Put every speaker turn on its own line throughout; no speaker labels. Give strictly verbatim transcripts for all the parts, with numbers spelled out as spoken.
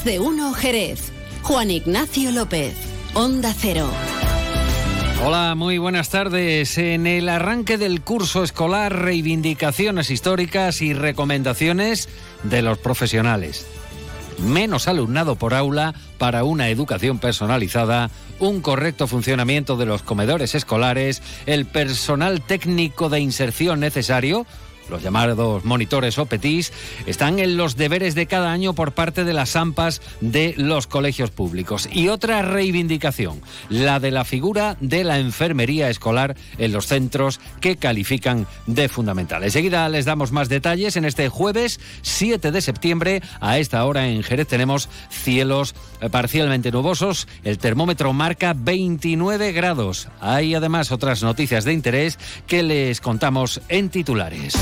Más de uno Jerez. Juan Ignacio López, Onda Cero.
Hola, muy buenas tardes. En el arranque del curso escolar, reivindicaciones históricas y recomendaciones de los profesionales. Menos alumnado por aula para una educación personalizada, un correcto funcionamiento de los comedores escolares, el personal técnico de inserción necesario, los llamados monitores o petís, están en los deberes de cada año por parte de las AMPAs de los colegios públicos. Y otra reivindicación, la de la figura de la enfermería escolar en los centros que califican de fundamental. Enseguida les damos más detalles. En este jueves siete de septiembre, a esta hora en Jerez tenemos cielos parcialmente nubosos. El termómetro marca veintinueve grados. Hay además otras noticias de interés que les contamos en titulares.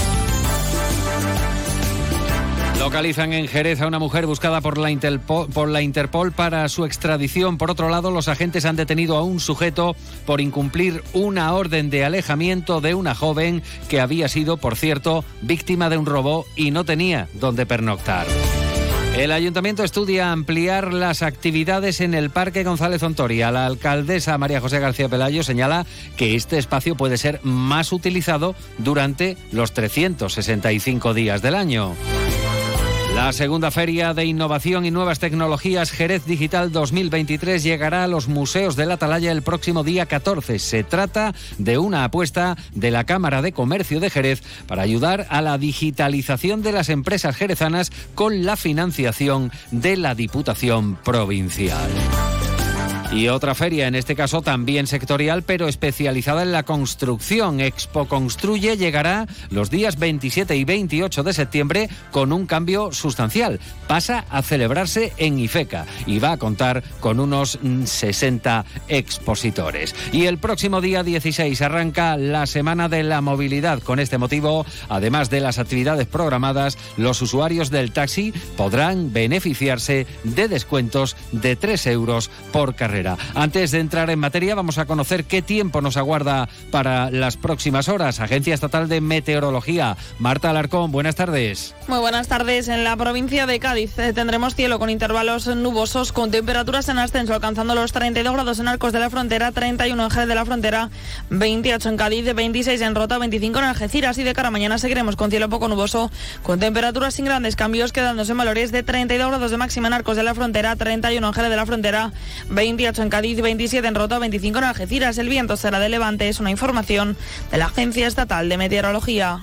Localizan en Jerez a una mujer buscada por la, Interpol, por la Interpol para su extradición. Por otro lado, los agentes han detenido a un sujeto por incumplir una orden de alejamiento de una joven que había sido, por cierto, víctima de un robo y no tenía dónde pernoctar. El Ayuntamiento estudia ampliar las actividades en el Parque González Ontoria. La alcaldesa María José García Pelayo señala que este espacio puede ser más utilizado durante los trescientos sesenta y cinco días del año. La segunda Feria de Innovación y Nuevas Tecnologías Jerez Digital dos mil veintitrés llegará a los museos de la Atalaya el próximo día catorce. Se trata de una apuesta de la Cámara de Comercio de Jerez para ayudar a la digitalización de las empresas jerezanas con la financiación de la Diputación Provincial. Y otra feria, en este caso también sectorial, pero especializada en la construcción. Expo Construye llegará los días veintisiete y veintiocho de septiembre con un cambio sustancial. Pasa a celebrarse en Ifeca y va a contar con unos sesenta expositores. Y el próximo día dieciséis arranca la Semana de la Movilidad. Con este motivo, además de las actividades programadas, los usuarios del taxi podrán beneficiarse de descuentos de tres euros por carrera. Antes de entrar en materia, vamos a conocer qué tiempo nos aguarda para las próximas horas. Agencia Estatal de Meteorología. Marta Alarcón, buenas tardes.
Muy buenas tardes. En la provincia de Cádiz eh, tendremos cielo con intervalos nubosos, con temperaturas en ascenso, alcanzando los treinta y dos grados en Arcos de la Frontera, treinta y uno en Jerez de la Frontera, veintiocho en Cádiz, veintiséis en Rota, veinticinco en Algeciras. Y de cara a mañana seguiremos con cielo poco nuboso, con temperaturas sin grandes cambios, quedándose en valores de treinta y dos grados de máxima en Arcos de la Frontera, treinta y uno en Jerez de la Frontera, veintiocho en Cádiz, veintisiete en Rota, veinticinco en Algeciras. El viento será de levante, es una información de la Agencia Estatal de Meteorología.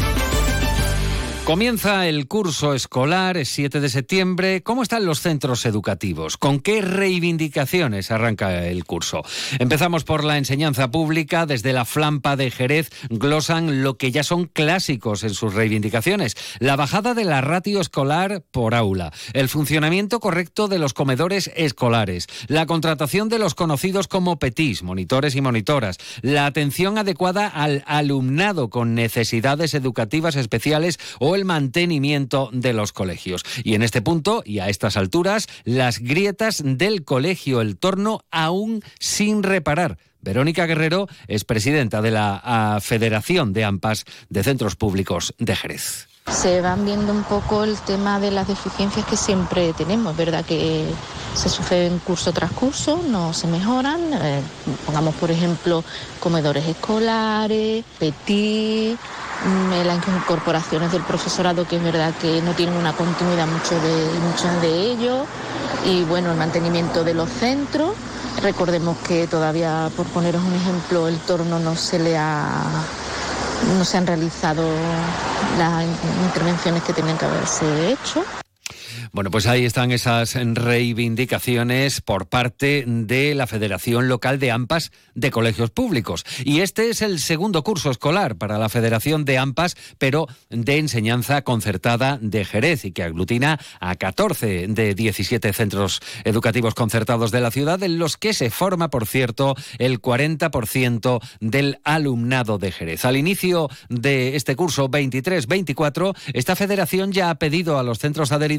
Comienza el curso escolar, siete de septiembre. ¿Cómo están los centros educativos? ¿Con qué reivindicaciones arranca el curso? Empezamos por la enseñanza pública. Desde la Flampa de Jerez glosan lo que ya son clásicos en sus reivindicaciones. La bajada de la ratio escolar por aula, el funcionamiento correcto de los comedores escolares, la contratación de los conocidos como petís, monitores y monitoras, la atención adecuada al alumnado con necesidades educativas especiales o el mantenimiento de los colegios. Y en este punto, y a estas alturas, las grietas del colegio El Torno aún sin reparar. Verónica Guerrero es presidenta de la uh, Federación de AMPAs de Centros Públicos de Jerez.
Se van viendo un poco el tema de las deficiencias que siempre tenemos, ¿verdad? Que se sufren curso tras curso, no se mejoran. Eh, pongamos, por ejemplo, comedores escolares, petit, mm, las incorporaciones del profesorado, que es verdad que no tienen una continuidad mucho de, muchos de ellos. Y bueno, el mantenimiento de los centros. Recordemos que todavía, por poneros un ejemplo, El Torno no se le ha... no se han realizado las intervenciones que tenían que haberse hecho.
Bueno, pues ahí están esas reivindicaciones por parte de la Federación Local de AMPAs de Colegios Públicos. Y este es el segundo curso escolar para la Federación de AMPAs, pero de enseñanza concertada de Jerez, y que aglutina a catorce de diecisiete centros educativos concertados de la ciudad, en los que se forma, por cierto, el cuarenta por ciento del alumnado de Jerez. Al inicio de este curso veintitrés veinticuatro, esta federación ya ha pedido a los centros adheridos que les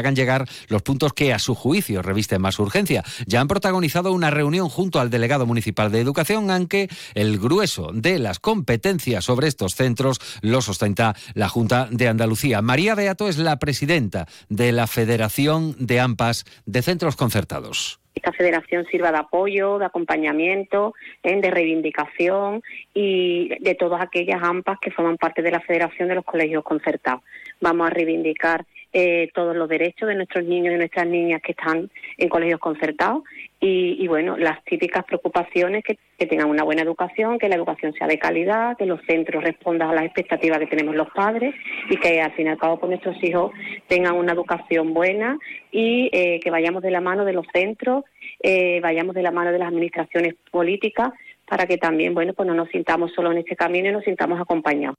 hagan llegar los puntos que a su juicio revisten más urgencia. Ya han protagonizado una reunión junto al delegado municipal de Educación, aunque el grueso de las competencias sobre estos centros lo ostenta la Junta de Andalucía. María Beato es la presidenta de la Federación de AMPAs de Centros Concertados.
Esta federación sirva de apoyo, de acompañamiento, ¿eh? de reivindicación y de todas aquellas AMPAs que forman parte de la Federación de los Colegios Concertados. Vamos a reivindicar eh, todos los derechos de nuestros niños y nuestras niñas que están en colegios concertados y, y bueno, las típicas preocupaciones que, que tengan una buena educación, que la educación sea de calidad, que los centros respondan a las expectativas que tenemos los padres y que al fin y al cabo pues, nuestros hijos tengan una educación buena y eh, que vayamos de la mano de los centros, eh, vayamos de la mano de las administraciones políticas para que también, bueno, pues no nos sintamos solo en este camino y nos sintamos acompañados.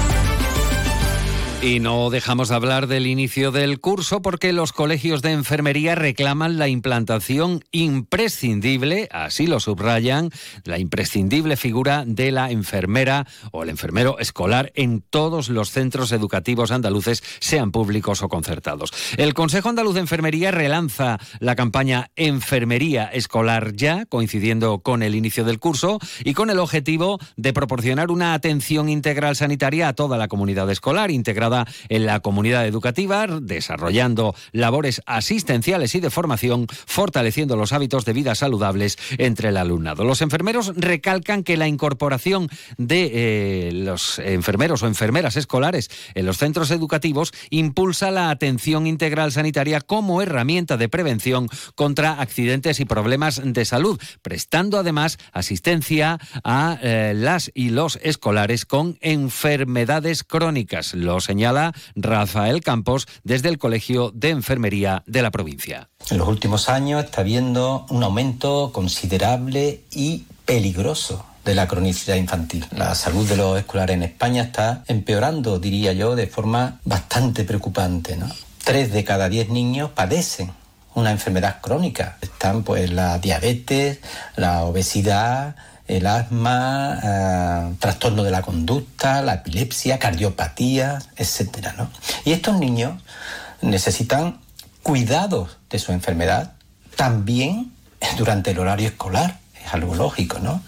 Y no dejamos de hablar del inicio del curso porque los colegios de enfermería reclaman la implantación imprescindible, así lo subrayan, la imprescindible figura de la enfermera o el enfermero escolar en todos los centros educativos andaluces, sean públicos o concertados. El Consejo Andaluz de Enfermería relanza la campaña Enfermería Escolar Ya, coincidiendo con el inicio del curso y con el objetivo de proporcionar una atención integral sanitaria a toda la comunidad escolar, integrada en la comunidad educativa, desarrollando labores asistenciales y de formación, fortaleciendo los hábitos de vida saludables entre el alumnado. Los enfermeros recalcan que la incorporación de eh, los enfermeros o enfermeras escolares en los centros educativos impulsa la atención integral sanitaria como herramienta de prevención contra accidentes y problemas de salud, prestando además asistencia a eh, las y los escolares con enfermedades crónicas. Lo señala Rafael Campos desde el Colegio de Enfermería de la provincia.
En los últimos años está habiendo un aumento considerable y peligroso de la cronicidad infantil. La salud de los escolares en España está empeorando, diría yo, de forma bastante preocupante, ¿no? Tres de cada diez niños padecen una enfermedad crónica. Están pues la diabetes, la obesidad, el asma, eh, trastorno de la conducta, la epilepsia, cardiopatía, etcétera, ¿no? Y estos niños necesitan cuidados de su enfermedad también durante el horario escolar. Es algo lógico, ¿no?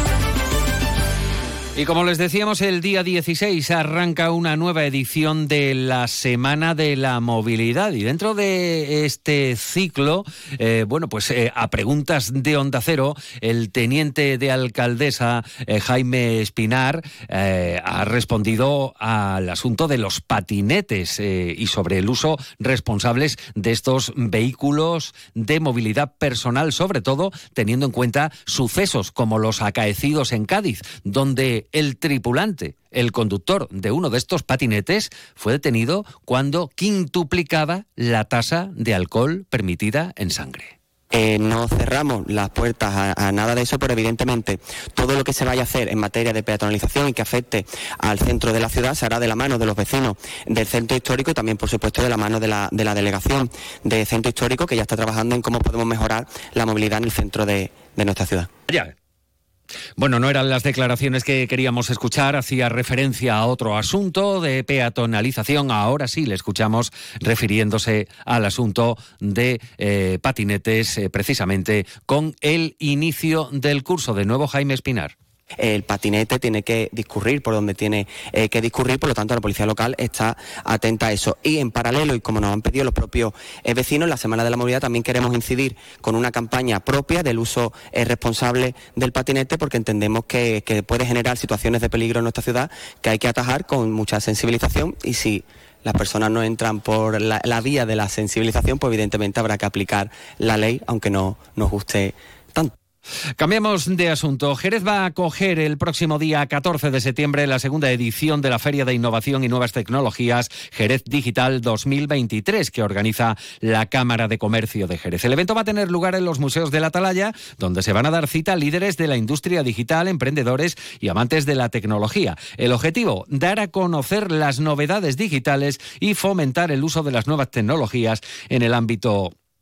Y como les decíamos, el día dieciséis arranca una nueva edición de la Semana de la Movilidad. Y dentro de este ciclo, eh, bueno, pues eh, a preguntas de Onda Cero, el teniente de alcaldesa, eh, Jaime Espinar, eh, ha respondido al asunto de los patinetes eh, y sobre el uso responsables de estos vehículos de movilidad personal, sobre todo teniendo en cuenta sucesos como los acaecidos en Cádiz, donde el tripulante, el conductor de uno de estos patinetes, fue detenido cuando quintuplicaba la tasa de alcohol permitida en sangre.
Eh, no cerramos las puertas a, a nada de eso, pero evidentemente todo lo que se vaya a hacer en materia de peatonalización y que afecte al centro de la ciudad se hará de la mano de los vecinos del centro histórico y también, por supuesto, de la mano de la, de la delegación de centro histórico, que ya está trabajando en cómo podemos mejorar la movilidad en el centro de, de nuestra ciudad.
Ya. Bueno, no eran las declaraciones que queríamos escuchar, hacía referencia a otro asunto de peatonalización. Ahora sí le escuchamos refiriéndose al asunto de eh, patinetes, eh, precisamente con el inicio del curso. De nuevo, Jaime Espinar.
El patinete tiene que discurrir por donde tiene eh, que discurrir, por lo tanto la policía local está atenta a eso. Y en paralelo, y como nos han pedido los propios eh, vecinos, en la Semana de la Movilidad también queremos incidir con una campaña propia del uso eh, responsable del patinete, porque entendemos que, que puede generar situaciones de peligro en nuestra ciudad que hay que atajar con mucha sensibilización, y si las personas no entran por la, la vía de la sensibilización, pues evidentemente habrá que aplicar la ley, aunque no nos guste tanto.
Cambiamos de asunto. Jerez va a acoger el próximo día catorce de septiembre la segunda edición de la Feria de Innovación y Nuevas Tecnologías Jerez Digital dos mil veintitrés, que organiza la Cámara de Comercio de Jerez. El evento va a tener lugar en los museos de la Atalaya, donde se van a dar cita líderes de la industria digital, emprendedores y amantes de la tecnología. El objetivo, dar a conocer las novedades digitales y fomentar el uso de las nuevas tecnologías en el ámbito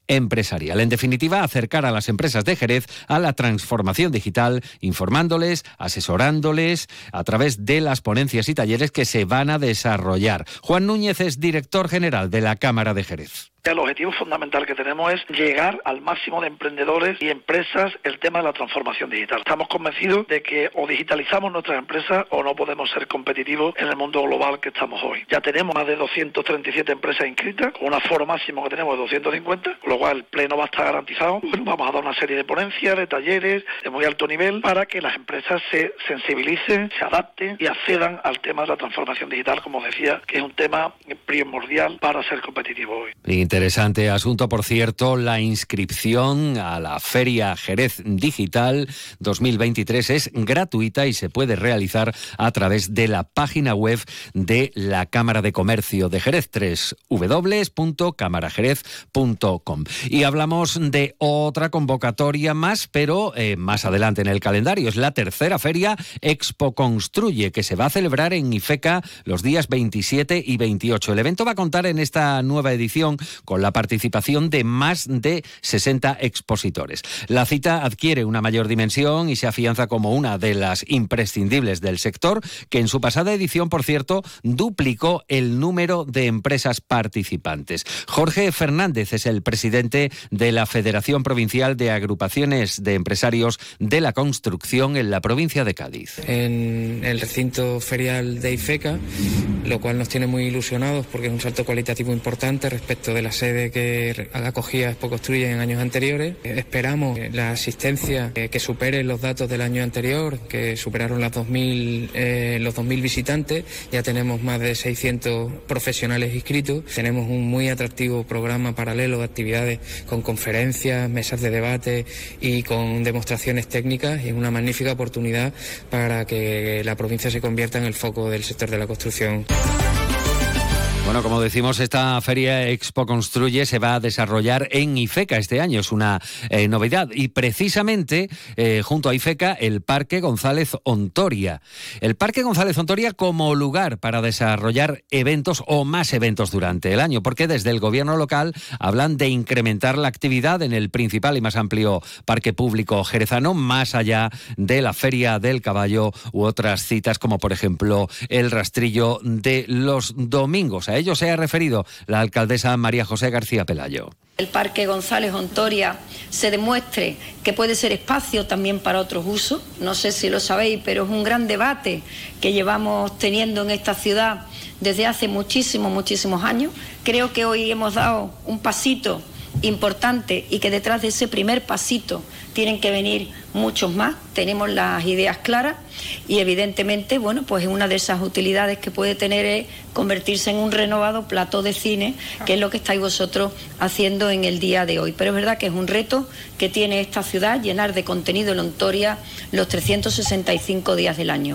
empresarial. En definitiva, acercar a las empresas de Jerez a la transformación digital, informándoles, asesorándoles a través de las ponencias y talleres que se van a desarrollar. Juan Núñez es director general de la Cámara de Jerez.
El objetivo fundamental que tenemos es llegar al máximo de emprendedores y empresas el tema de la transformación digital. Estamos convencidos de que o digitalizamos nuestras empresas o no podemos ser competitivos en el mundo global que estamos hoy. Ya tenemos más de doscientas treinta y siete empresas inscritas, con un aforo máximo que tenemos de doscientas cincuenta, con lo cual el pleno va a estar garantizado. Bueno, vamos a dar una serie de ponencias, de talleres de muy alto nivel para que las empresas se sensibilicen, se adapten y accedan al tema de la transformación digital, como decía, que es un tema primordial para ser competitivo hoy.
Interesante asunto, por cierto. La inscripción a la Feria Jerez Digital dos mil veintitrés es gratuita y se puede realizar a través de la página web de la Cámara de Comercio de Jerez, doble u doble u doble u punto cámara jerez punto com. Y hablamos de otra convocatoria más, pero eh, más adelante en el calendario. Es la tercera feria Expo Construye, que se va a celebrar en IFECA los días veintisiete y veintiocho. El evento va a contar en esta nueva edición con la participación de más de sesenta expositores. La cita adquiere una mayor dimensión y se afianza como una de las imprescindibles del sector, que en su pasada edición, por cierto, duplicó el número de empresas participantes. Jorge Fernández es el presidente de la Federación Provincial de Agrupaciones de Empresarios de la Construcción en la provincia de Cádiz.
En el recinto ferial de IFECA, lo cual nos tiene muy ilusionados porque es un salto cualitativo importante respecto de la sede que acogía Expo Construye en años anteriores. Esperamos la asistencia que, que supere los datos del año anterior, que superaron las dos mil, eh, los dos mil visitantes. Ya tenemos más de seiscientos profesionales inscritos. Tenemos un muy atractivo programa paralelo de actividades con conferencias, mesas de debate y con demostraciones técnicas. Y es una magnífica oportunidad para que la provincia se convierta en el foco del sector de la construcción.
Bueno, como decimos, esta Feria Expo Construye se va a desarrollar en IFECA este año, es una eh, novedad. Y precisamente, eh, junto a IFECA, el Parque González Ontoria. El Parque González Ontoria como lugar para desarrollar eventos o más eventos durante el año, porque desde el gobierno local hablan de incrementar la actividad en el principal y más amplio parque público jerezano, más allá de la Feria del Caballo u otras citas, como por ejemplo el Rastrillo de los domingos. A ello se ha referido la alcaldesa María José García Pelayo.
El Parque González Ontoria se demuestre que puede ser espacio también para otros usos. No sé si lo sabéis, pero es un gran debate que llevamos teniendo en esta ciudad desde hace muchísimos, muchísimos años. Creo que hoy hemos dado un pasito importante y que detrás de ese primer pasito tienen que venir muchos más. Tenemos las ideas claras y evidentemente, bueno, pues una de esas utilidades que puede tener es convertirse en un renovado plató de cine, que es lo que estáis vosotros haciendo en el día de hoy. Pero es verdad que es un reto que tiene esta ciudad, llenar de contenido en Ontoria los trescientos sesenta y cinco días del año.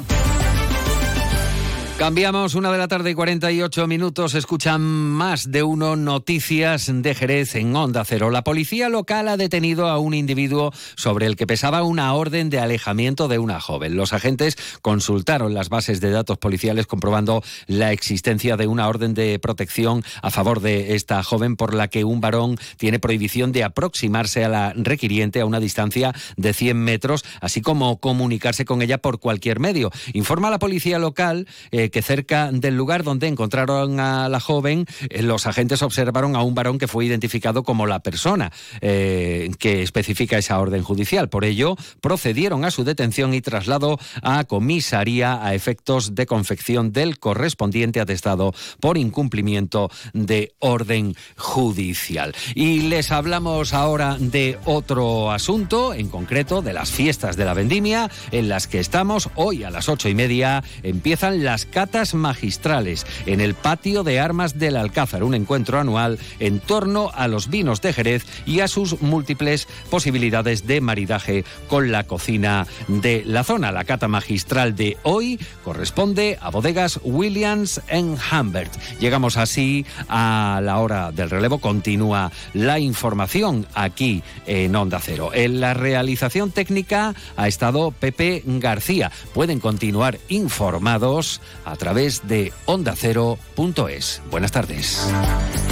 Cambiamos, una de la tarde y cuarenta y ocho minutos. Escuchan Más de Uno, noticias de Jerez en Onda Cero. La policía local ha detenido a un individuo sobre el que pesaba una orden de alejamiento de una joven. Los agentes consultaron las bases de datos policiales comprobando la existencia de una orden de protección a favor de esta joven por la que un varón tiene prohibición de aproximarse a la requiriente a una distancia de cien metros, así como comunicarse con ella por cualquier medio. Informa la policía local eh, que cerca del lugar donde encontraron a la joven, eh, los agentes observaron a un varón que fue identificado como la persona eh, que especifica esa orden judicial. Por ello, procedieron a su detención y traslado a comisaría a efectos de confección del correspondiente atestado por incumplimiento de orden judicial. Y les hablamos ahora de otro asunto, en concreto de las fiestas de la vendimia, en las que estamos hoy a las ocho y media. Empiezan las catas magistrales en el patio de armas del Alcázar, un encuentro anual en torno a los vinos de Jerez y a sus múltiples posibilidades de maridaje con la cocina de la zona. La cata magistral de hoy corresponde a Bodegas Williams en Humbert. Llegamos así a la hora del relevo. Continúa la información aquí en Onda Cero. En la realización técnica ha estado Pepe García. Pueden continuar informados a través de onda cero punto es. Buenas tardes.